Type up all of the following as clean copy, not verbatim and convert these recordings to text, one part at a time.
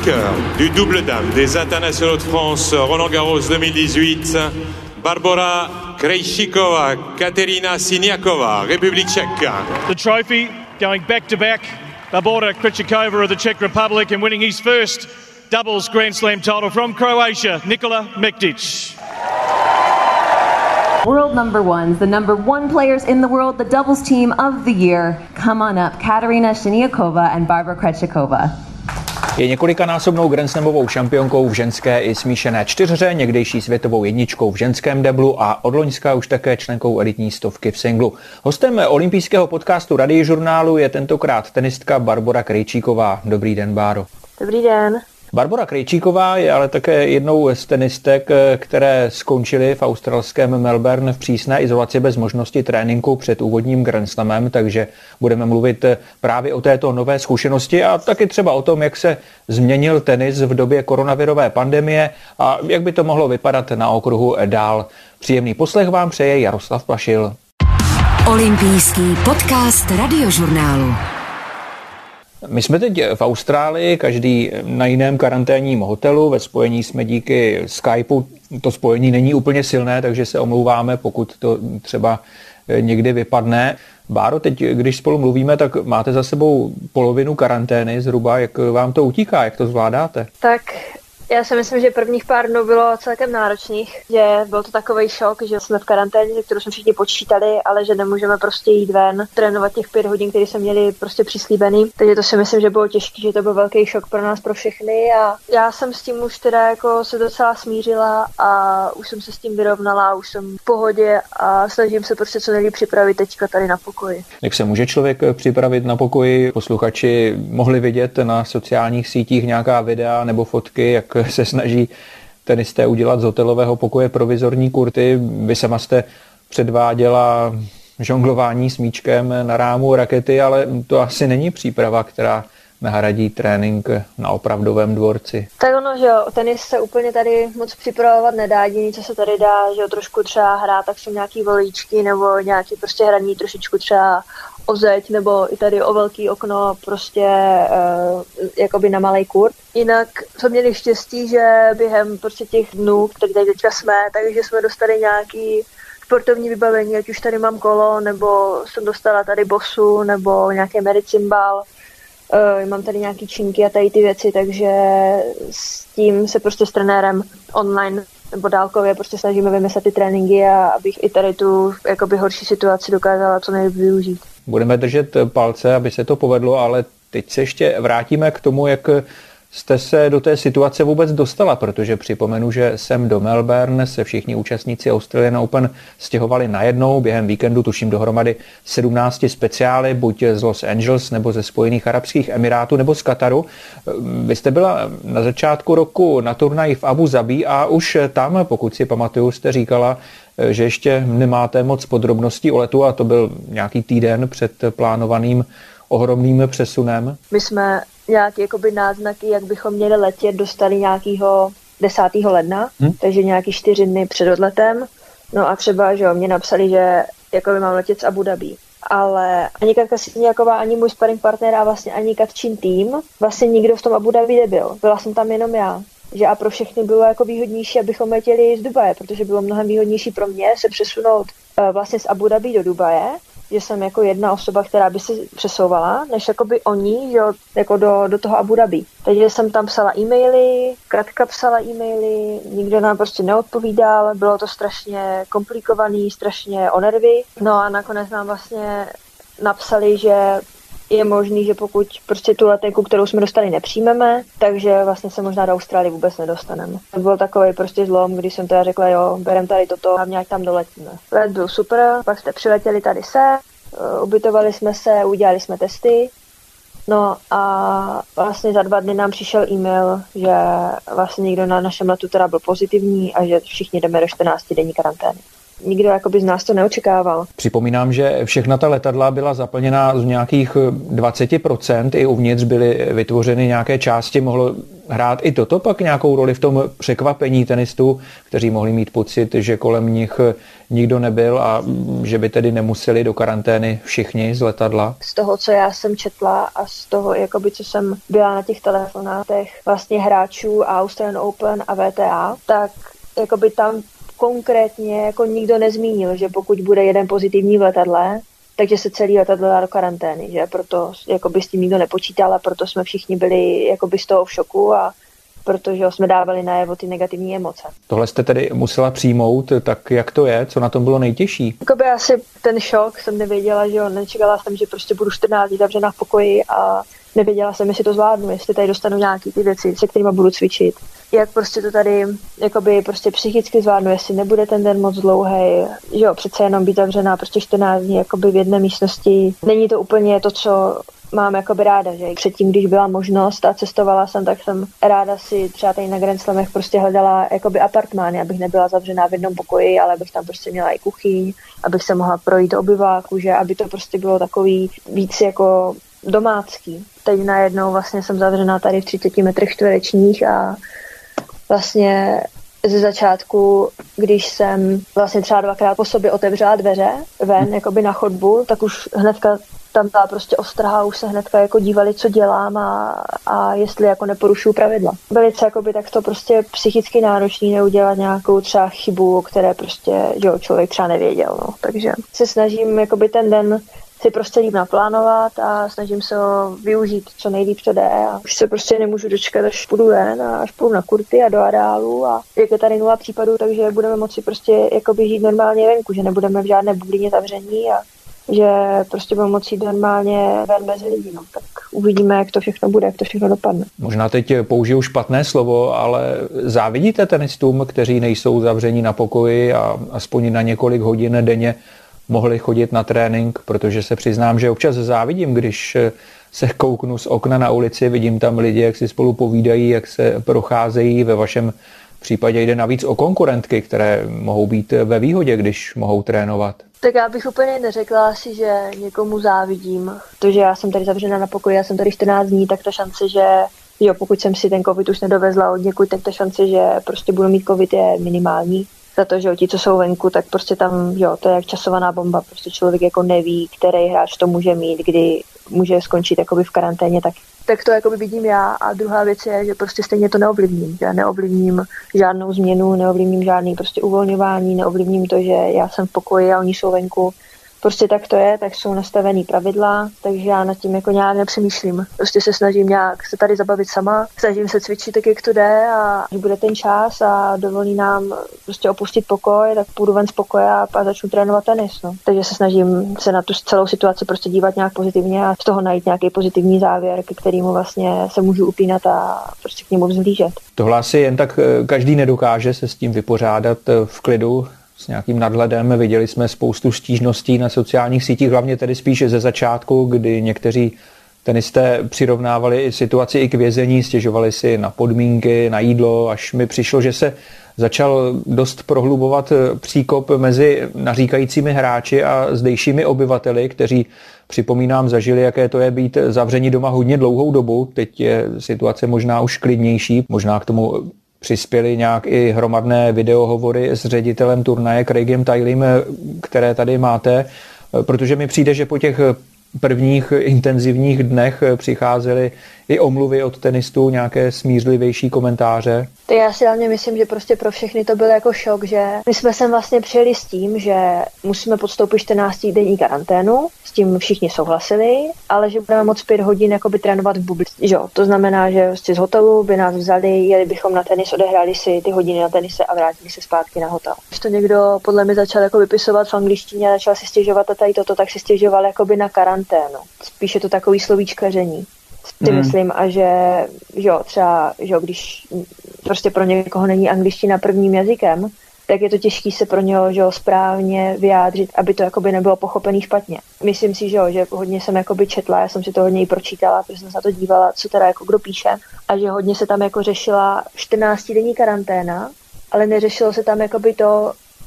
vainqueur du double dame des internationaux de France Roland Garros 2018, Barbora Krejčíková, Kateřina Siniaková, Republik Čech. The trophy going back to back, Barbora Krejčíková of the Czech Republic and winning his first doubles Grand Slam title from Croatia, Nikola Mektić. World number ones, the number one players in the world, the doubles team of the year. Come on up, Kateřina Siniaková and Barbora Krejčíková. Je několikanásobnou grandslamovou šampionkou v ženské i smíšené čtyřhře, někdejší světovou jedničkou v ženském deblu a od loňska už také členkou elitní stovky v singlu. Hostem olympijského podcastu Radiožurnálu je tentokrát tenistka Barbora Krejčíková. Dobrý den, Báro. Dobrý den. Barbora Krejčíková je ale také jednou z tenistek, které skončily v australském Melbourne v přísné izolaci bez možnosti tréninku před úvodním Grand Slamem, takže budeme mluvit právě o této nové zkušenosti a taky třeba o tom, jak se změnil tenis v době koronavirové pandemie a jak by to mohlo vypadat na okruhu dál. Příjemný poslech vám přeje Jaroslav Plašil. Olympijský podcast Radiožurnálu. My jsme teď v Austrálii, každý na jiném karanténním hotelu, ve spojení jsme díky Skypeu. To spojení není úplně silné, takže se omlouváme, pokud to třeba někdy vypadne. Báro, teď, když spolu mluvíme, tak máte za sebou polovinu karantény zhruba. Jak vám to utíká, jak to zvládáte? Tak já si myslím, že prvních pár dnů bylo celkem náročných, že byl to takový šok, že jsme v karanténě, kterou jsme všichni počítali, ale že nemůžeme prostě jít ven, trénovat těch 5 hodin, které jsme měli prostě přislíbený. Takže to si myslím, že bylo těžké, že to byl velký šok pro nás, pro všechny a já jsem s tím už teda jako se docela smířila a už jsem se s tím vyrovnala, už jsem v pohodě a snažím se prostě co nejlíp připravit teďka tady na pokoji. Jak se může člověk připravit na pokoji? Posluchači mohli vidět na sociálních sítích nějaká videa nebo fotky, jak se snaží tenisté udělat z hotelového pokoje provizorní kurty. Vy sama jste předváděla žonglování s míčkem na rámu rakety, ale to asi není příprava, která nahradí trénink na opravdovém dvorci. Tak ono, že jo, tenis se úplně tady moc připravovat nedá, jediný, co se tady dá, že jo, trošku třeba hrát, tak jsou nějaký volíčky nebo nějaký prostě hraní trošičku třeba o zeď nebo i tady o velký okno prostě jakoby na malej kurt. Jinak jsme měli štěstí, že během prostě těch dnů, který tady teďka jsme, takže jsme dostali nějaký sportovní vybavení, ať už tady mám kolo, nebo jsem dostala tady bosu, nebo nějaký medicimbal. Mám tady nějaký činky a tady ty věci, takže s tím se prostě s trenérem online nebo dálkově prostě snažíme vymyslet ty tréninky a abych i tady tu jakoby horší situaci dokázala co nejvíc využít. Budeme držet palce, aby se to povedlo, ale teď se ještě vrátíme k tomu, jak jste se do té situace vůbec dostala, protože připomenu, že sem do Melbourne se všichni účastníci Australian Open stěhovali najednou během víkendu, tuším dohromady 17 speciály, buď z Los Angeles nebo ze Spojených arabských emirátů nebo z Kataru. Vy jste byla na začátku roku na turnaji v Abu Zabí a už tam, pokud si pamatuju, jste říkala, že ještě nemáte moc podrobností o letu a to byl nějaký týden před plánovaným ohromným přesunem. My jsme nějaké jakoby náznaky, jak bychom měli letět, dostali nějakého 10. ledna, takže nějaký 4 dny před odletem. No a třeba, že jo, mě napsali, že jakoby mám letět z Abu Dhabi. Ale ani Katka Siniaková, ani můj sparring partner a vlastně ani Katčin tým, vlastně nikdo v tom Abu Dhabi nebyl. Byla jsem tam jenom já. Že a pro všechny bylo jako výhodnější, abychom letěli z Dubaje, protože bylo mnohem výhodnější pro mě se přesunout vlastně z Abu Dhabi do Dubaje, že jsem jako jedna osoba, která by se přesouvala, než jakoby oni, že jo, jako do toho Abu Dhabi. Takže jsem tam psala e-maily, Katka psala e-maily, nikdo nám prostě neodpovídal, bylo to strašně komplikovaný, strašně o nervy. No a nakonec nám vlastně napsali, že je možný, že pokud prostě tu letenku, kterou jsme dostali, nepřijmeme, takže vlastně se možná do Austrálie vůbec nedostaneme. To byl takový prostě zlom, když jsem teda řekla, jo, berem tady toto a nějak tam doletíme. Let byl super, pak jste přiletěli tady ubytovali jsme se, udělali jsme testy, no a vlastně za 2 dny nám přišel e-mail, že vlastně někdo na našem letu teda byl pozitivní a že všichni jdeme do 14 denní karantény. nikdo jakoby z nás to neočekával. Připomínám, že všechna ta letadla byla zaplněná z nějakých 20%, i uvnitř byly vytvořeny nějaké části. Mohlo hrát i toto pak nějakou roli v tom překvapení tenistů, kteří mohli mít pocit, že kolem nich nikdo nebyl a že by tedy nemuseli do karantény všichni z letadla? Z toho, co já jsem četla a z toho, jakoby, co jsem byla na těch telefonátech vlastně hráčů Australian Open a WTA, tak jakoby tam konkrétně jako nikdo nezmínil, že pokud bude jeden pozitivní v letadle, takže se celý letadlo dá do karantény, že proto jakoby s tím nikdo nepočítal a proto jsme všichni byli jakoby z toho v šoku a protože jsme dávali najevo ty negativní emoce. Tohle jste tedy musela přijmout, tak jak to je? Co na tom bylo nejtěžší? Jakoby asi ten šok jsem nevěděla, že jo, nečekala jsem, že prostě budu 14 dní zavřená v pokoji a nevěděla jsem, jestli to zvládnu, jestli tady dostanu nějaký ty věci, se kterými budu cvičit. Jak prostě to tady jakoby prostě psychicky zvládnu, jestli nebude ten den moc dlouhý, že jo, přece jenom být zavřená prostě 14 dní jakoby v jedné místnosti. Není to úplně to, co mám jakoby ráda, že předtím, když byla možnost a cestovala jsem, tak jsem ráda si třeba tady na Grand Slamech prostě hledala jakoby apartmány, abych nebyla zavřená v jednom pokoji, ale abych tam prostě měla i kuchyň, abych se mohla projít do obyváku, že aby to prostě bylo takový víc jako domácký. Teď najednou vlastně jsem zavřená tady v 30 metrech čtverečních a vlastně ze začátku, když jsem vlastně třeba 2krát po sobě otevřela dveře ven, jakoby na chodbu, tak už hnedka tam byla prostě ostraha, už se hnedka jako dívali, co dělám a jestli jako neporušuju pravidla. Velice jakoby takto prostě psychicky náročný neudělat nějakou třeba chybu, o které prostě jo, člověk třeba nevěděl. No. Takže se snažím jakoby ten den si prostě líp naplánovat a snažím se ho využít, co nejlíp to jde a už se prostě nemůžu dočkat, až půjdu ven a až půjdu na kurty a do areálu a jak je tady 0 případů, takže budeme moci prostě jakoby žít normálně venku, že nebudeme v žádné bublině zavření a že prostě budeme moci jít normálně ven bez lidí, no. Tak uvidíme, jak to všechno bude, jak to všechno dopadne. Možná teď použiju špatné slovo, ale závidíte tenistům, kteří nejsou zavření na pokoji a aspoň na několik hodin denně mohli chodit na trénink, protože se přiznám, že občas závidím, když se kouknu z okna na ulici, vidím tam lidi, jak si spolu povídají, jak se procházejí. Ve vašem případě jde navíc o konkurentky, které mohou být ve výhodě, když mohou trénovat. Tak já bych úplně neřekla asi, že někomu závidím, protože já jsem tady zavřena na pokoji, já jsem tady 14 dní, tak ta šance, že jo, pokud jsem si ten covid už nedovezla od někud, tak ta šance, že prostě budu mít covid je minimální. Za to, že ti, co jsou venku, tak prostě tam, jo, to je jak časovaná bomba, prostě člověk jako neví, který hráč to může mít, kdy může skončit jakoby v karanténě, tak to jakoby vidím já a druhá věc je, že prostě stejně to neovlivním, že neovlivním žádnou změnu, neovlivním žádný prostě uvolňování, neovlivním to, že já jsem v pokoji a oni jsou venku. Prostě tak to je, tak jsou nastavený pravidla, takže já nad tím jako nějak nepřemýšlím. Prostě se snažím nějak se tady zabavit sama, snažím se cvičit tak, jak to jde a když bude ten čas a dovolí nám prostě opustit pokoj, tak půjdu ven z pokoje a začnu trénovat tenis. No. Takže se snažím se na tu celou situaci prostě dívat nějak pozitivně a z toho najít nějaký pozitivní závěr, ke kterému vlastně se můžu upínat a prostě k němu vzhlížet. Tohle asi jen tak každý nedokáže se s tím vypořádat v klidu, s nějakým nadhledem. Viděli jsme spoustu stížností na sociálních sítích, hlavně tedy spíše ze začátku, kdy někteří tenisté přirovnávali situaci i k vězení, stěžovali si na podmínky, na jídlo, až mi přišlo, že se začal dost prohlubovat příkop mezi naříkajícími hráči a zdejšími obyvateli, kteří, připomínám, zažili, jaké to je být zavření doma hodně dlouhou dobu. Teď je situace možná už klidnější, možná k tomu přispěly nějak i hromadné videohovory s ředitelem turnaje Craigem Tilleym, které tady máte, protože mi přijde, že po těch prvních intenzivních dnech přicházely i omluvy od tenistů, nějaké smířlivější komentáře. To já si hlavně myslím, že prostě pro všechny to byl jako šok, že my jsme sem vlastně přijeli s tím, že musíme podstoupit 14denní karanténu, s tím všichni souhlasili, ale že budeme moct 5 hodin jakoby trénovat v bubli. Jo, to znamená, že z hotelu by nás vzali, jeli bychom na tenis, odehráli si ty hodiny na tenise a vrátili se zpátky na hotel. Když to někdo podle mě začal jako vypisovat v angličtině a začal si stěžovat a tady toto, tak si stěžoval jakoby na karanténu. Spíše to takový slovíčkaření. Myslím, a že jo, třeba, že když prostě pro někoho není angličtina prvním jazykem, tak je to těžké se pro něho, že jo, správně vyjádřit, aby to jakoby nebylo pochopený špatně. Myslím si, že jo, že hodně jsem jakoby četla, já jsem si to hodně i pročítala, protože jsem se na to dívala, co teda jako kdo píše, a že hodně se tam jako řešila 14denní karanténa, ale neřešilo se tam jakoby to,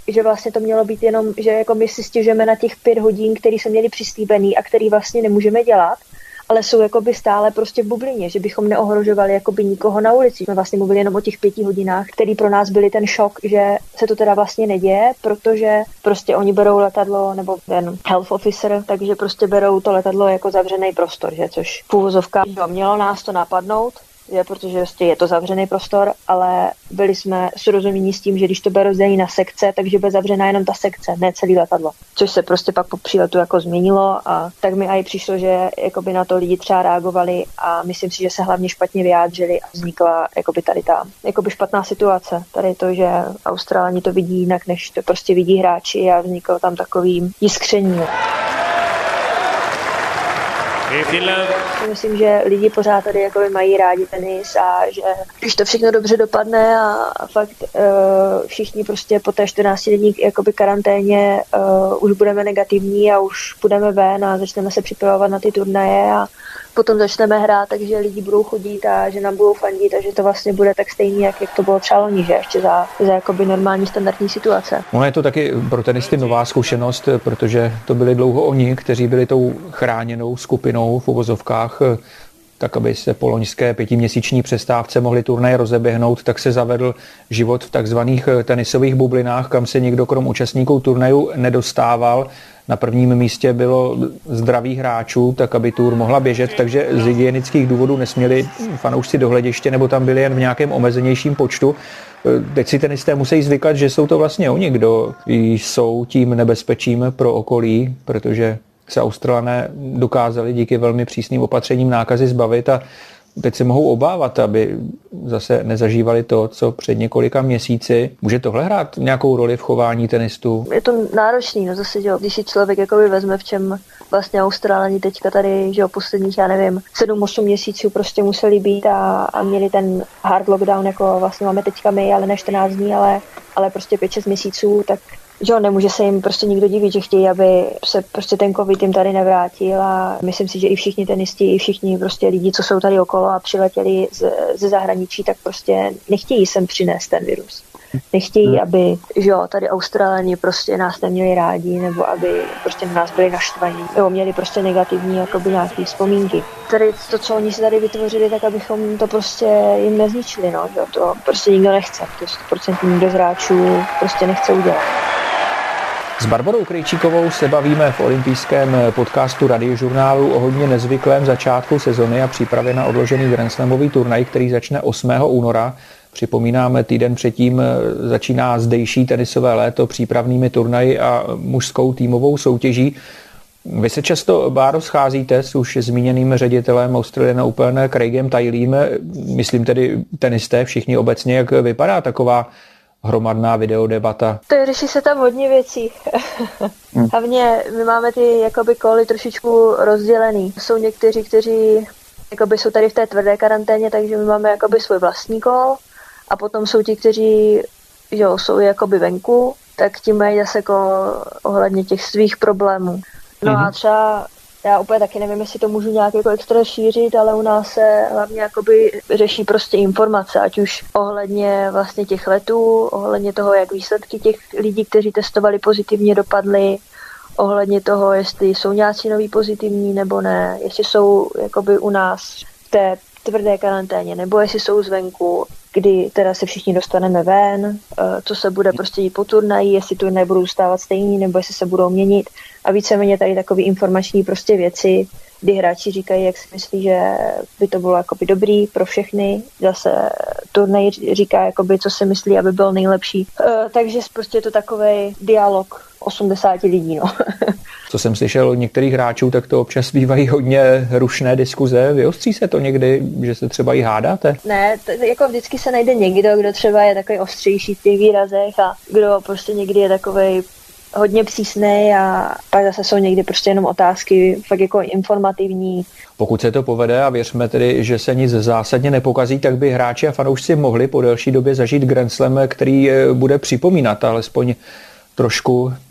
že vlastně to mělo být jenom, že jako my si stěžujeme na těch 5 hodin, který jsme měli přislíbený a který vlastně nemůžeme dělat, ale jsou jakoby stále prostě v bublině, že bychom neohrožovali jakoby nikoho na ulici. Jsme vlastně mluvili jenom o těch 5 hodinách, který pro nás byly ten šok, že se to teda vlastně neděje, protože prostě oni berou letadlo, nebo ten health officer, takže prostě berou to letadlo jako zavřený prostor, že, což v úvozovkách mělo nás to napadnout, je, protože prostě je to zavřený prostor, ale byli jsme srozumění s tím, že když to bude rozdělený na sekce, takže bude zavřená jenom ta sekce, ne celý letadlo. Což se prostě pak po příletu jako změnilo a tak mi aj přišlo, že jakoby na to lidi třeba reagovali a myslím si, že se hlavně špatně vyjádřili a vznikla jakoby tady ta jakoby špatná situace. Tady to, že Australani to vidí jinak, než to prostě vidí hráči a vzniklo tam takový jiskření. Myslím, že lidi pořád tady jakoby mají rádi tenis a že když to všechno dobře dopadne a fakt všichni prostě po té 14denní jakoby karanténě už budeme negativní a už půjdeme ven a začneme se připravovat na ty turnaje a potom začneme hrát, takže lidi budou chodit a že nám budou fandit a že to vlastně bude tak stejný, jak to bylo třeba loni, že ještě za jakoby normální standardní situace. Ono je to taky pro tenisty nová zkušenost, protože to byli dlouho oni, kteří byli tou chráněnou skupinou v uvozovkách, tak aby se po loňské 5měsíční přestávce mohli turnaje rozeběhnout, tak se zavedl život v takzvaných tenisových bublinách, kam se nikdo krom účastníků turnaju nedostával. Na prvním místě bylo zdraví hráčů, tak aby tur mohla běžet, takže z hygienických důvodů nesměli fanoušci do hlediště, nebo tam byli jen v nějakém omezenějším počtu. Teď si tenisté musí zvykat, že jsou to vlastně oni, kdo jsou tím nebezpečím pro okolí, protože se Australané dokázali díky velmi přísným opatřením nákazy zbavit a teď se mohou obávat, aby zase nezažívali to, co před několika měsíci. Může tohle hrát nějakou roli v chování tenistů? Je to náročný, no zase, když si člověk jakoby vezme, v čem vlastně Australani teďka tady, že posledních, 7-8 měsíců prostě museli být a měli ten hard lockdown, jako vlastně máme teďka my, ale ne 14 dní, ale prostě 5-6 měsíců, tak že nemůže se jim prostě nikdo divit, že chtějí, aby se prostě ten covid jim tady nevrátil a myslím si, že i všichni tenisti, i všichni prostě lidi, co jsou tady okolo a přiletěli ze zahraničí, tak prostě nechtějí sem přinést ten virus. Nechtějí, aby tady Australani prostě nás neměli rádi, nebo aby prostě na nás byli naštvaní, nebo měli prostě negativní jakoby nějaký vzpomínky. Tady to, co oni si tady vytvořili, tak abychom to prostě jim nezničili, no, že to prostě nikdo nechce, to 100% nikdo z hráčů prostě nechce udělat. S Barborou Krejčíkovou se bavíme v olympijském podcastu Radiožurnálu o hodně nezvyklém začátku sezony a přípravě na odložený grandslamový turnaj, který začne 8. února. Připomínáme, týden předtím začíná zdejší tenisové léto přípravnými turnaji a mužskou týmovou soutěží. Vy se často, Báro, scházíte s už zmíněným ředitelem Australian Open Craigem Tileyem, myslím tedy tenisté všichni obecně, jak vypadá taková hromadná videodebata? To řeší se tam hodně věcí. Hlavně my máme ty jakoby koly trošičku rozdělený. Jsou někteří, kteří jakoby jsou tady v té tvrdé karanténě, takže my máme jakoby svůj vlastní kol a potom jsou ti, kteří jsou jakoby venku, tak ti mají zase ohledně těch svých problémů. No a třeba já úplně taky nevím, jestli to můžu nějak jako extra šířit, ale u nás se hlavně jakoby řeší prostě informace, ať už ohledně vlastně těch letů, ohledně toho, jak výsledky těch lidí, kteří testovali pozitivně, dopadly, ohledně toho, jestli jsou nějací noví pozitivní nebo ne, jestli jsou jakoby u nás v té tvrdé karanténě, nebo jestli jsou zvenku, kdy teda se všichni dostaneme ven, co se bude prostě dít po turnaji, jestli turnaje budou stávat stejný, nebo jestli se budou měnit a víceméně tady takový informační prostě věci, kdy hráči říkají, jak si myslí, že by to bylo jakoby dobrý pro všechny, zase turnaj říká, jakoby, co si myslí, aby byl nejlepší. Takže prostě je to takovej dialog 80 lidí, no. Co jsem slyšel od některých hráčů, tak to občas bývají hodně rušné diskuze. Vyostří se to někdy, že se třeba i hádáte? Ne, jako vždycky se najde někdo, kdo třeba je takový ostřejší v těch výrazech a kdo prostě někdy je takovej hodně přísnej a pak zase jsou někdy prostě jenom otázky fakt jako informativní. Pokud se to povede a věřme tedy, že se nic zásadně nepokazí, tak by hráči a fanoušci mohli po delší době zažít Grand Slam, který bude připomínat alespoň trošku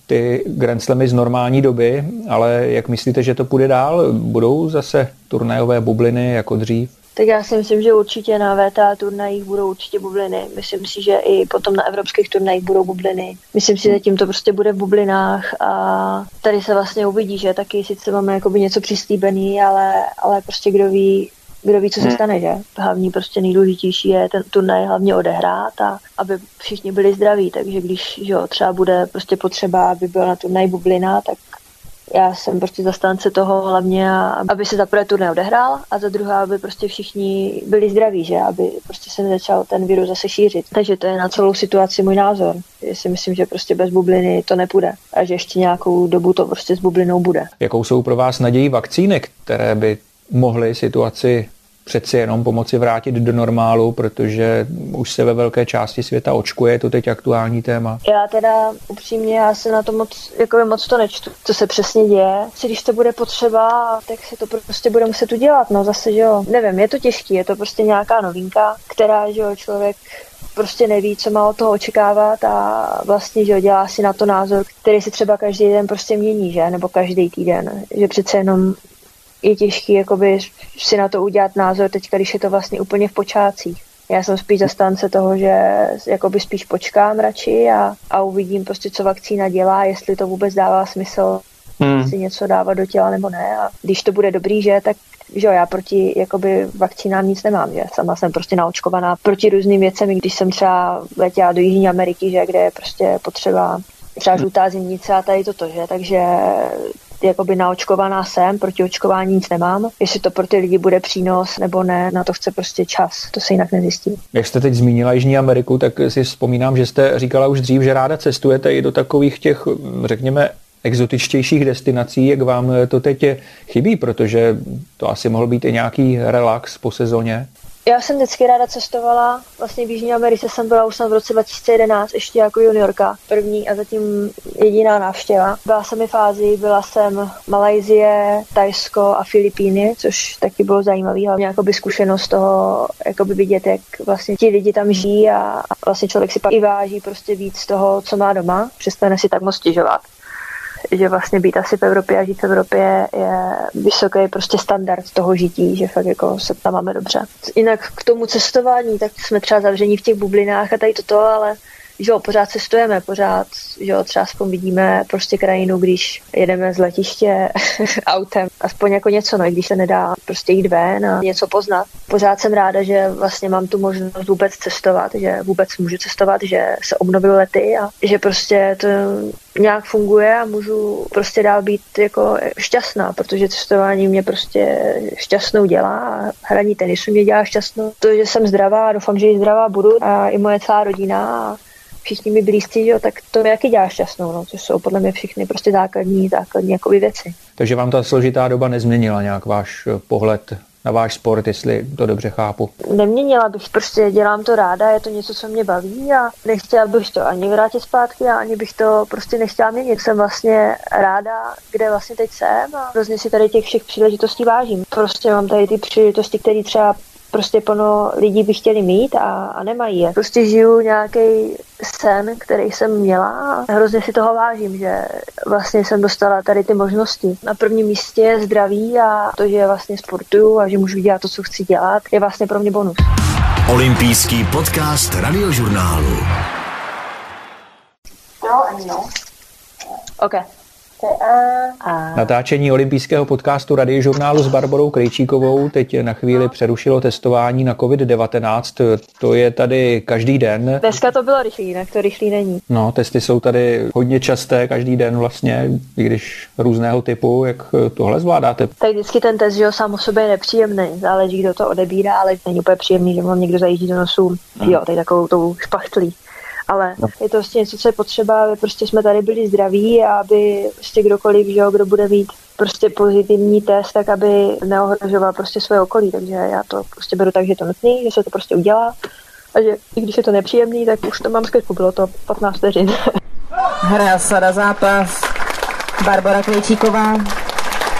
ty Grand Slamy z normální doby, ale jak myslíte, že to půjde dál? Budou zase turnajové bubliny jako dřív? Tak já si myslím, že určitě na WTA turnajích budou určitě bubliny. Myslím si, že i potom na evropských turnajích budou bubliny. Myslím si, že zatím to prostě bude v bublinách a tady se vlastně uvidí, že taky sice máme jakoby něco přislíbený, ale prostě kdo ví, co se stane, že? Hlavní prostě nejdůležitější je ten turnaj hlavně odehrát a aby všichni byli zdraví, takže když třeba bude prostě potřeba, aby byla na turnaj bublina, tak já jsem prostě zastánce toho hlavně, aby se za prvé turnaj odehrál a za druhé, aby prostě všichni byli zdraví, že? Aby prostě se nezačal ten virus zase šířit. Takže to je na celou situaci můj názor. Já si myslím, že prostě bez bubliny to nepůjde a že ještě nějakou dobu to prostě s bublinou bude. Jakou jsou pro vás naději vakcíny, které by mohly situaci přeci jenom pomoci vrátit do normálu, protože už se ve velké části světa očkuje, je to teď aktuální téma. Já teda upřímně, já se na to moc to nečtu, co se přesně děje. Když to bude potřeba, tak se to prostě bude muset udělat, no zase, že jo. Nevím, je to těžký, je to prostě nějaká novinka, která, že jo, člověk prostě neví, co má od toho očekávat a vlastně, že jo, dělá si na to názor, který si třeba každý den prostě mění, že, nebo každý týden, že přece jenom je těžký jakoby si na to udělat názor teďka, když je to vlastně úplně v počátcích. Já jsem spíš zastánce toho, že jakoby spíš počkám radši a uvidím prostě, co vakcína dělá, jestli to vůbec dává smysl si něco dávat do těla nebo ne. A když to bude dobrý, že, tak že jo, já proti jakoby vakcínám nic nemám, že sama jsem prostě naočkovaná proti různým věcem, když jsem třeba letěla do Jižní Ameriky, že, kde je prostě potřeba třeba žlutá zimnice a tady toto, že, takže jakoby naočkovaná jsem, proti očkování nic nemám. Jestli to pro ty lidi bude přínos nebo ne, na to chce prostě čas, to se jinak nezjistí. Jak jste teď zmínila Jižní Ameriku, tak si vzpomínám, že jste říkala už dřív, že ráda cestujete i do takových těch, řekněme, exotičtějších destinací. Jak vám to teď chybí, protože to asi mohl být i nějaký relax po sezóně? Já jsem vždycky ráda cestovala, vlastně v Jižní Americe jsem byla už v roce 2011 ještě jako juniorka, první a zatím jediná návštěva. Byla jsem i v Ázii, byla jsem Malajsie, Thajsko a Filipíny, což taky bylo zajímavé, hlavně jakoby zkušenost toho, jakoby vidět, jak vlastně ti lidi tam žijí a vlastně člověk si pak i váží prostě víc toho, co má doma, přestane si tak moc stěžovat. Že vlastně být asi v Evropě a žít v Evropě je vysoký prostě standard toho žití, že fakt jako se tam máme dobře. Jinak k tomu cestování, tak jsme třeba zavření v těch bublinách a tady toto, ale že jo, pořád cestujeme, pořád, že jo, třeba aspoň vidíme prostě krajinu, když jedeme z letiště autem, aspoň jako něco, no, i když se nedá prostě jít ven a něco poznat. Pořád jsem ráda, že vlastně mám tu možnost vůbec cestovat, že vůbec můžu cestovat, že se obnovily lety a že prostě to nějak funguje a můžu prostě dál být jako šťastná, protože cestování mě prostě šťastnou dělá a hraní tenisu mě dělá šťastnou. To, že jsem zdravá a doufám, že i zdravá budu a i moje celá rodina a všichni mi blízcí, jo, tak to mě taky dělá šťastnou, no, což jsou podle mě všechny prostě základní jakoby věci. Takže vám ta složitá doba nezměnila nějak váš pohled na váš sport, jestli to dobře chápu? Neměnila bych, prostě dělám to ráda, je to něco, co mě baví a nechtěla bych to ani vrátit zpátky a ani bych to prostě nechtěla měnit. Jsem vlastně ráda, kde vlastně teď jsem a hrozně si tady těch všech příležitostí vážím. Prostě mám tady ty příležitosti, které třeba prostě plno lidí by chtěli mít a nemají je. Prostě žiju nějaký sen, který jsem měla a hrozně si toho vážím, že vlastně jsem dostala tady ty možnosti. Na prvním místě je zdraví a to, že vlastně sportuju a že můžu dělat to, co chci dělat, je vlastně pro mě bonus. Olympijský podcast Radiožurnálu. OK. Natáčení olympijského podcastu Radiožurnálu s Barborou Krejčíkovou teď na chvíli přerušilo testování na COVID-19. To je tady každý den. Dneska to bylo rychlý, jinak to rychlý není. No, testy jsou tady hodně časté každý den vlastně, i když různého typu. Jak tohle zvládáte? Tak vždycky ten test, že jo, sám o sobě je nepříjemný. Záleží, kdo to odebírá, ale není úplně příjemný, že mám někdo zajíždí do nosu. Jo, tady takovou tou špachtlí. Ale je to vlastně něco, co je potřeba, aby prostě jsme tady byli zdraví a aby prostě kdokoliv, že jo, kdo bude mít prostě pozitivní test, tak aby neohrožoval prostě své okolí. Takže já to prostě beru tak, že je to nutný, že se to prostě udělá a že i když je to nepříjemný, tak už to mám skvělku, bylo to 15 vteřin. Hra sada zápas. Barbora Krejčíková.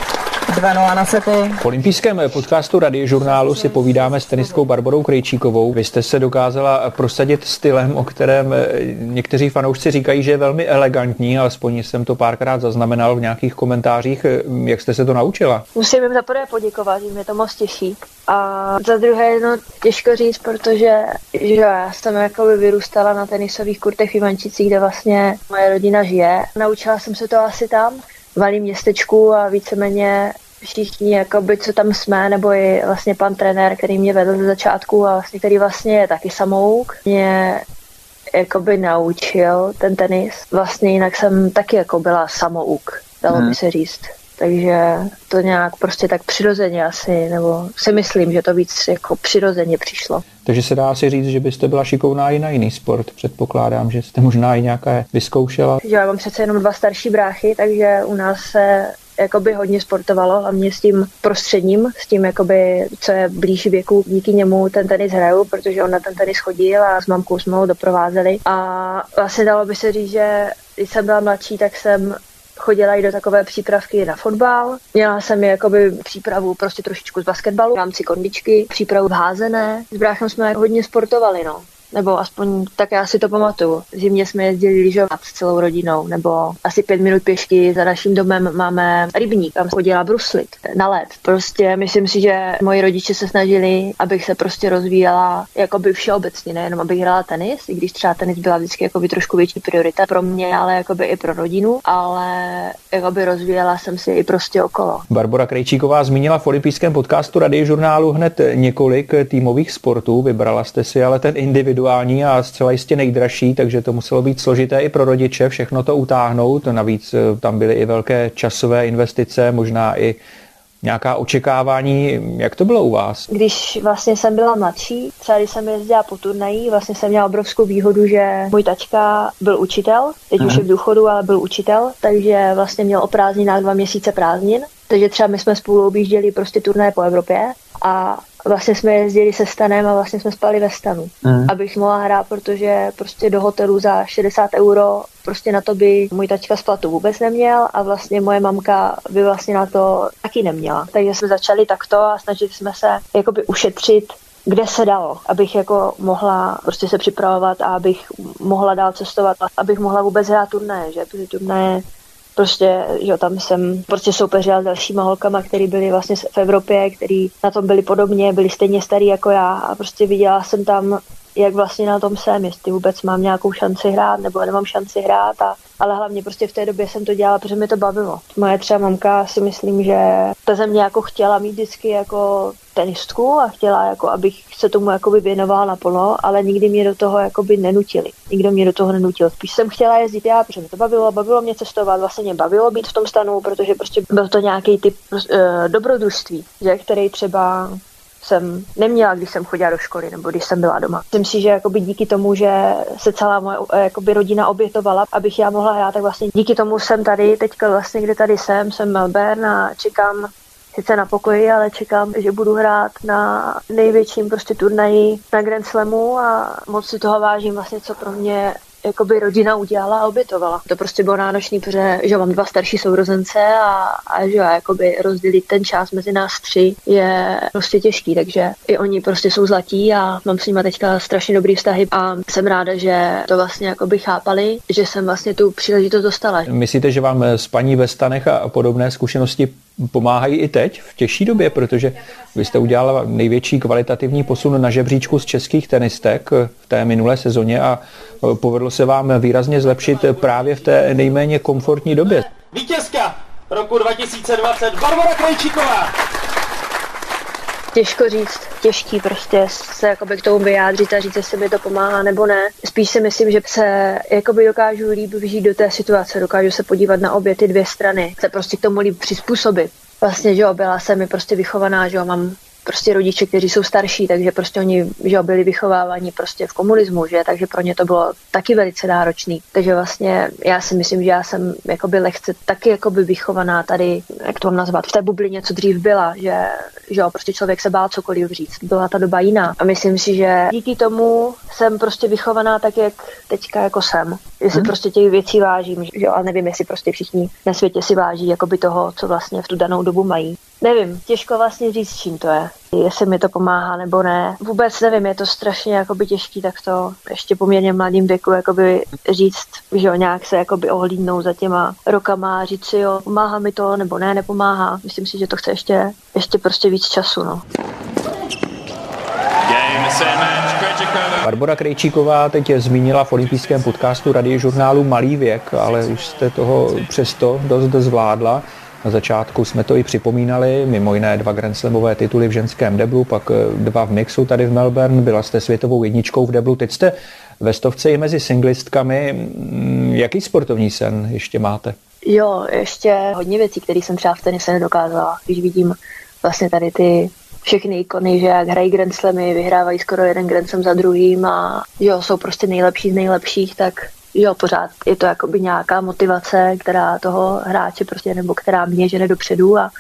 2-0 na sety. V olympijském podcastu Radiožurnálu si povídáme s tenistkou Barborou Krejčíkovou. Vy jste se dokázala prosadit stylem, o kterém někteří fanoušci říkají, že je velmi elegantní, alespoň jsem to párkrát zaznamenal v nějakých komentářích. Jak jste se to naučila? Musím jim za prvé poděkovat, že mě to moc těší. A za druhé, no těžko říct, protože že já jsem jakoby vyrůstala na tenisových kurtech v Ivančicích, kde vlastně moje rodina žije. Naučila jsem se to asi tam, v malém městečku a víceméně všichni, jakoby, co tam jsme, nebo i vlastně pan trenér, který mě vedl ze začátku a vlastně, který vlastně je taky samouk, mě jakoby naučil ten tenis. Vlastně jinak jsem taky jako byla samouk, dalo by se říct. Takže to nějak prostě tak přirozeně asi, nebo si myslím, že to víc jako přirozeně přišlo. Takže se dá si říct, že byste byla šikovná i na jiný sport. Předpokládám, že jste možná i nějaké vyzkoušela. Já mám přece jenom 2 starší bráchy, takže u nás se jakoby hodně sportovalo, hlavně s tím prostředním, s tím jakoby, co je blíž věku, díky němu ten tenis hraju, protože on na ten tenis chodil a s mamkou jsme ho doprovázeli. A vlastně dalo by se říct, že když jsem byla mladší, tak jsem chodila i do takové přípravky na fotbal. Měla jsem jakoby přípravu prostě trošičku z basketbalu, v rámci kondičky, přípravu v házené. S bráchem jsme hodně sportovali, no. Nebo aspoň tak já si to pamatuju. V zimě jsme jezdili lyžovat s celou rodinou, nebo asi 5 minut pěšky za naším domem máme rybník, tam chodila bruslit na led. Prostě myslím si, že moji rodiče se snažili, abych se prostě rozvíjela jakoby všeobecně, nejenom abych hrála tenis, i když třeba tenis byla vždycky jakoby trošku větší priorita pro mě, ale jakoby i pro rodinu, ale jakoby rozvíjela jsem si i prostě okolo. Barbora Krejčíková zmínila v olympijském podcastu Radiožurnálu hned několik týmových sportů, vybrala jste si ale ten individuální a zcela jistě nejdražší, takže to muselo být složité i pro rodiče všechno to utáhnout. Navíc tam byly i velké časové investice, možná i nějaká očekávání. Jak to bylo u vás? Když vlastně jsem byla mladší, třeba když jsem jezdila po turnaji, vlastně jsem měla obrovskou výhodu, že můj tačka byl učitel, teď už je v důchodu, ale byl učitel, takže vlastně měl o prázdninách 2 měsíce prázdnin, takže třeba my jsme spolu objížděli prostě turnaje po Evropě a vlastně jsme jezdili se stanem a vlastně jsme spali ve stanu, abych mohla hrát, protože prostě do hotelu za 60 € prostě na to by můj tačka splatu vůbec neměl a vlastně moje mamka by vlastně na to taky neměla. Takže jsme začali takto a snažili jsme se jakoby ušetřit, kde se dalo, abych jako mohla prostě se připravovat a abych mohla dál cestovat, abych mohla vůbec hrát turnaje, že? Protože turnaje prostě, že tam jsem prostě soupeřila s dalšíma holkama, který byli vlastně v Evropě, který na tom byli podobně, byli stejně starý jako já a prostě viděla jsem tam, jak vlastně na tom jsem, jestli vůbec mám nějakou šanci hrát nebo nemám šanci hrát, ale hlavně prostě v té době jsem to dělala, protože mi to bavilo. Moje třeba mamka si myslím, že ta ze mě jako chtěla mít vždycky jako tenistku a chtěla, jako, abych se tomu jakoby věnovala naplno, ale nikdy mě do toho jakoby nenutili. Nikdo mě do toho nenutil. Spíš jsem chtěla jezdit já, protože mi to bavilo mě cestovat, vlastně mě bavilo být v tom stanu, protože prostě byl to nějaký typ dobrodružství, že, který třeba jsem neměla, když jsem chodila do školy nebo když jsem byla doma. Myslím si, že jakoby díky tomu, že se celá moje jakoby rodina obětovala, abych já mohla hrát, tak vlastně díky tomu jsem tady, teďka vlastně, kde tady jsem Melbourne a čekám sice na pokoji, ale čekám, že budu hrát na největším prostě turnaji na Grand Slamu a moc si toho vážím vlastně, co pro mě jakoby rodina udělala a obětovala. To prostě bylo náročný, protože že mám 2 starší sourozence a že jakoby rozdělit ten čas mezi nás 3 je prostě těžký, takže i oni prostě jsou zlatí a mám s nimi teďka strašně dobrý vztahy a jsem ráda, že to vlastně jakoby chápali, že jsem vlastně tu příležitost dostala. Myslíte, že vám spaní ve stanech a podobné zkušenosti pomáhají i teď v těžší době, protože vy jste udělala největší kvalitativní posun na žebříčku z českých tenistek v té minulé sezóně a povedlo se vám výrazně zlepšit právě v té nejméně komfortní době. Vítězka roku 2020 Barbora Krejčíková. Těžko říct, těžký prostě se jakoby k tomu vyjádřit a říct, jestli mi to pomáhá nebo ne. Spíš si myslím, že se jakoby dokážu líp vžít do té situace, dokážu se podívat na obě ty 2 strany, se prostě k tomu líp přizpůsobit. Vlastně, že jo, byla jsem mi prostě vychovaná, že jo, mám prostě rodiče, kteří jsou starší, takže prostě oni, že byli vychováváni prostě v komunismu, že, takže pro ně to bylo taky velice náročný. Takže vlastně já si myslím, že já jsem jakoby lehce taky jakoby vychovaná tady, jak to mám nazvat, v té bublině, co dřív byla, že prostě člověk se bál cokoliv říct. Byla ta doba jiná. A myslím si, že díky tomu jsem prostě vychovaná tak, jak teďka jako jsem. Že si prostě těch věcí vážím, že ale nevím, jestli prostě všichni na světě si váží jakoby toho, co vlastně v tu danou dobu mají. Nevím, těžko vlastně říct, čím to je. Jestli mi to pomáhá nebo ne. Vůbec nevím, je to strašně jakoby těžký, tak to ještě poměrně mladým věku jakoby říct, že nějak se jakoby ohlídnout za těma rokama a říct si, jo, pomáhá mi to nebo ne, nepomáhá. Myslím si, že to chce ještě prostě víc času, no. Barbora Krejčíková teď zmínila v olympijském podcastu Radiožurnálu malý věk, ale už jste toho přesto dost zvládla. Na začátku jsme to i připomínali, mimo jiné 2 grandslamové tituly v ženském deblu, pak 2 v mixu tady v Melbourne, byla jste světovou jedničkou v deblu, teď jste ve stovce i mezi singlistkami. Jaký sportovní sen ještě máte? Jo, ještě hodně věcí, které jsem třeba v tenise nedokázala. Když vidím vlastně tady ty všechny ikony, že jak hrají Grand Slamy, vyhrávají skoro jeden Grand Slam za druhým a jo, jsou prostě nejlepší z nejlepších, tak jo, pořád je to jakoby nějaká motivace, která toho hráče prostě, nebo která mě žene dopředu a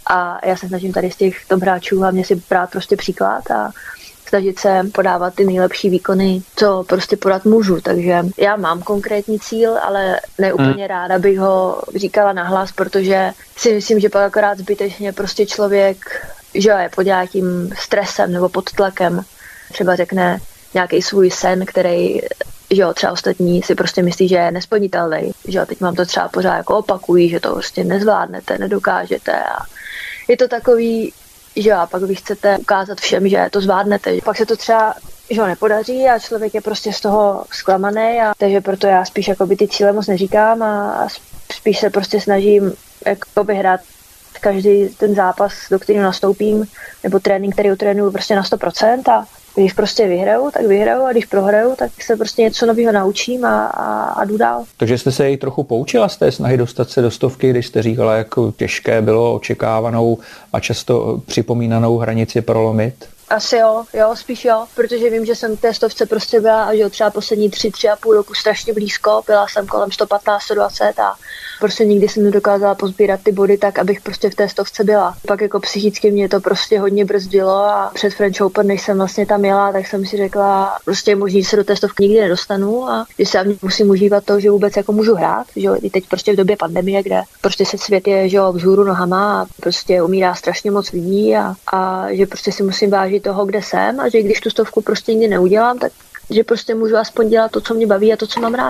já se snažím tady z těch top hráčů hlavně si brát prostě příklad a snažit se podávat ty nejlepší výkony, co prostě podat můžu. Takže já mám konkrétní cíl, ale ne úplně ráda bych ho říkala nahlas, protože si myslím, že pak akorát zbytečně prostě člověk, že je pod nějakým stresem nebo pod tlakem, třeba řekne nějaký svůj sen, který, že jo, třeba ostatní si prostě myslí, že je nesplnitelný, že jo, teď mám to třeba pořád jako opakují, že to prostě nezvládnete, nedokážete a je to takový, že jo, a pak vy chcete ukázat všem, že to zvládnete, pak se to třeba, že ho nepodaří a člověk je prostě z toho zklamaný a takže proto já spíš jakoby ty cíle moc neříkám a spíš se prostě snažím jakoby hrát každý ten zápas, do kterého nastoupím, nebo trénink, který utrénuju prostě na 100% a když prostě vyhraju, tak vyhraju a když prohraju, tak se prostě něco nového naučím a jdu dál. Takže jste se i trochu poučila z té snahy dostat se do stovky, když jste říkala, jak těžké bylo očekávanou a často připomínanou hranici prolomit? Asi jo, spíš jo, protože vím, že jsem k té stovce prostě byla, že třeba poslední 3,5 roku strašně blízko, byla jsem kolem 115, 120 a prostě nikdy jsem nedokázala pozbírat ty body tak, abych prostě v té stovce byla. Pak jako psychicky mě to prostě hodně brzdilo a před French Open, než jsem vlastně tam jela, tak jsem si řekla, prostě možná, že se do té stovky nikdy nedostanu a že se musím užívat to, že vůbec jako můžu hrát, že i teď prostě v době pandemie, kde prostě se svět je, že vzhůru nohama a prostě umírá strašně moc lidí a že prostě si musím vážit toho, kde jsem a že když tu stovku prostě nikdy neudělám, tak že prostě můžu aspoň dělat to, co mě baví a to, co mám rád.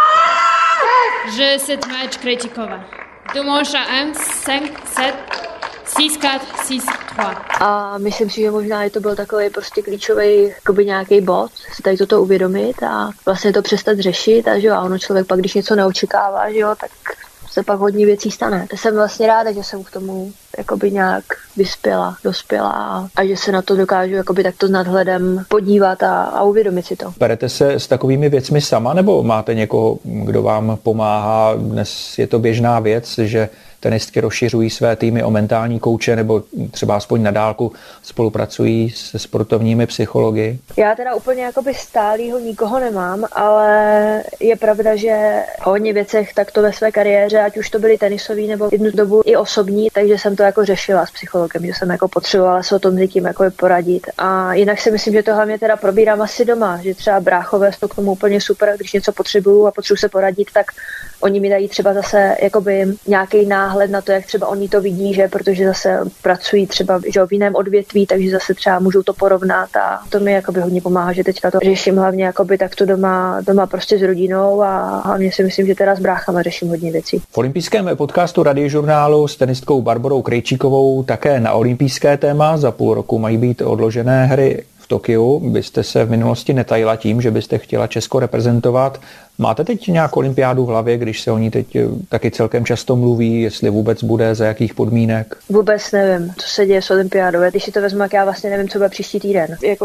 Že cette match Krejčíková. Domáša M5, 7, 6-4, 6-3. A myslím si, že možná to byl takový prostě klíčový jakoby nějaký bod, si tady toto uvědomit a vlastně to přestat řešit a že jo, a ono člověk pak, když něco neočekává, že jo, tak se pak hodně věcí stane. Jsem vlastně ráda, že jsem k tomu jakoby nějak dospěla a že se na to dokážu jakoby takto s nadhledem podívat a uvědomit si to. Berete se s takovými věcmi sama, nebo máte někoho, kdo vám pomáhá? Dnes je to běžná věc, že tenistky rozšiřují své týmy o mentální kouče nebo třeba aspoň na dálku spolupracují se sportovními psychologi? Já teda úplně jakoby stálýho nikoho nemám, ale je pravda, že o hodně věcech takto ve své kariéře, ať už to byly tenisový nebo jednu dobu i osobní, takže jsem to jako řešila s psychologem, že jsem jako potřebovala se o tom s někým jako poradit. A jinak si myslím, že to hlavně teda probírám asi doma, že třeba bráchové jsou k tomu úplně super, když něco potřebuju a potřebuji se poradit, tak oni mi dají třeba zase jakoby nějaký náhled na to, jak třeba oni to vidí, že protože zase pracují třeba že v jiném odvětví, takže zase třeba můžou to porovnat a to mi jakoby hodně pomáhá, že teďka to řeším hlavně jakoby takto doma prostě s rodinou a hlavně si myslím, že teda s bráchama řeším hodně věcí. V olympijském podcastu Radiožurnálu s tenistkou Barborou Krejčíkovou také na olympijské téma. Za půl roku mají být odložené hry v Tokiu. Byste se v minulosti netajila tím, že byste chtěla Česko reprezentovat. Máte teď nějakou olympiádu v hlavě, když se o ní teď taky celkem často mluví, jestli vůbec bude, za jakých podmínek? Vůbec nevím, co se děje s olympiádou. Když si to vezmu, jak já vlastně nevím, co bude příští týden. Jako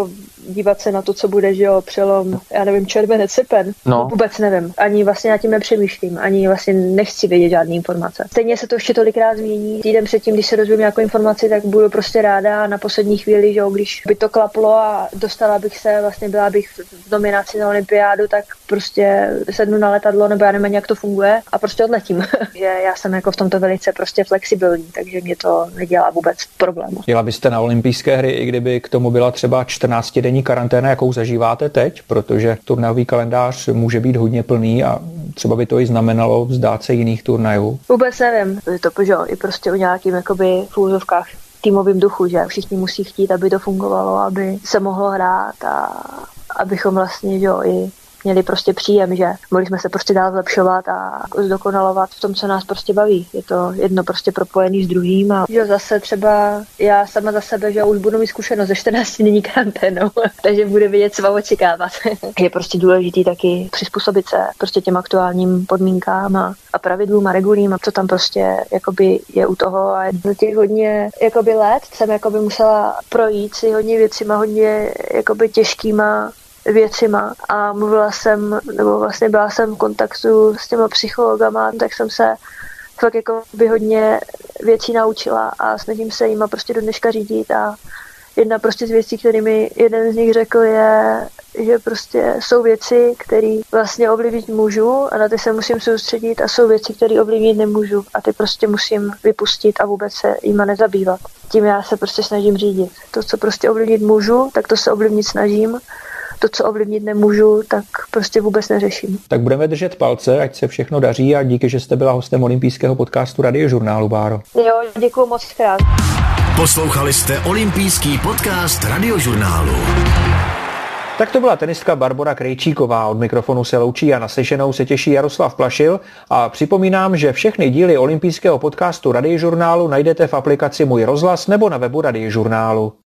dívat se na to, co bude, že jo, přelom, já nevím, červenec, srpen. No. Vůbec nevím. Ani vlastně nad tím nepřemýšlím, ani vlastně nechci vědět žádné informace. Stejně se to ještě tolikrát změní. Týden předtím, když se dozvím nějakou informaci, tak budu prostě ráda na poslední chvíli, že jo, když by to klaplo a dostala bych se, vlastně byla bych v nominaci na olympiádu, tak prostě sednu na letadlo, nebo já nevím, jak to funguje a prostě odletím. Že já jsem jako v tomto velice prostě flexibilní, takže mě to nedělá vůbec problém. Jela byste na olympijské hry, i kdyby k tomu byla třeba 14denní karanténa, jakou zažíváte teď, protože turnajový kalendář může být hodně plný a třeba by to i znamenalo vzdát se jiných turnajů? Vůbec nevím. Je to i prostě o nějakým jakoby v úzovkách týmovým duchu, že všichni musí chtít, aby to fungovalo, aby se mohlo hrát a abychom vlastně, jo, i měli prostě příjem, že mohli jsme se prostě dál zlepšovat a zdokonalovat v tom, co nás prostě baví. Je to jedno prostě propojený s druhým a že zase třeba já sama za sebe, že už budu mít zkušenost ze 14denní karanténou, takže bude vědět, co mám očekávat. Je prostě důležitý taky přizpůsobit se prostě těm aktuálním podmínkám a pravidlům a regulím, a co tam prostě jakoby je u toho. A za těch hodně jakoby let jsem jakoby musela projít si hodně věcima, hodně jakoby těžkýma věcima a mluvila jsem, nebo vlastně byla jsem v kontaktu s těma psychologama, tak jsem se fakt jako by hodně věcí naučila a snažím se jima prostě do dneška řídit a jedna prostě z věcí, kterými jeden z nich řekl, je, že prostě jsou věci, které vlastně ovlivnit můžu a na ty se musím soustředit a jsou věci, které ovlivnit nemůžu a ty prostě musím vypustit a vůbec se jima nezabývat. Tím já se prostě snažím řídit. To, co prostě ovlivnit můžu, tak to se ovlivnit snažím. To, co ovlivnit nemůžu, tak prostě vůbec neřeším. Tak budeme držet palce, ať se všechno daří a díky, že jste byla hostem olympijského podcastu Radiožurnálu, Báro. Jo, děkuju moc krát. Poslouchali jste olympijský podcast Radiožurnálu. Tak to byla tenistka Barbora Krejčíková. Od mikrofonu se loučí a na slyšenou se těší Jaroslav Plašil a připomínám, že všechny díly olympijského podcastu Radiožurnálu najdete v aplikaci Můj rozhlas nebo na webu Radiožurnálu.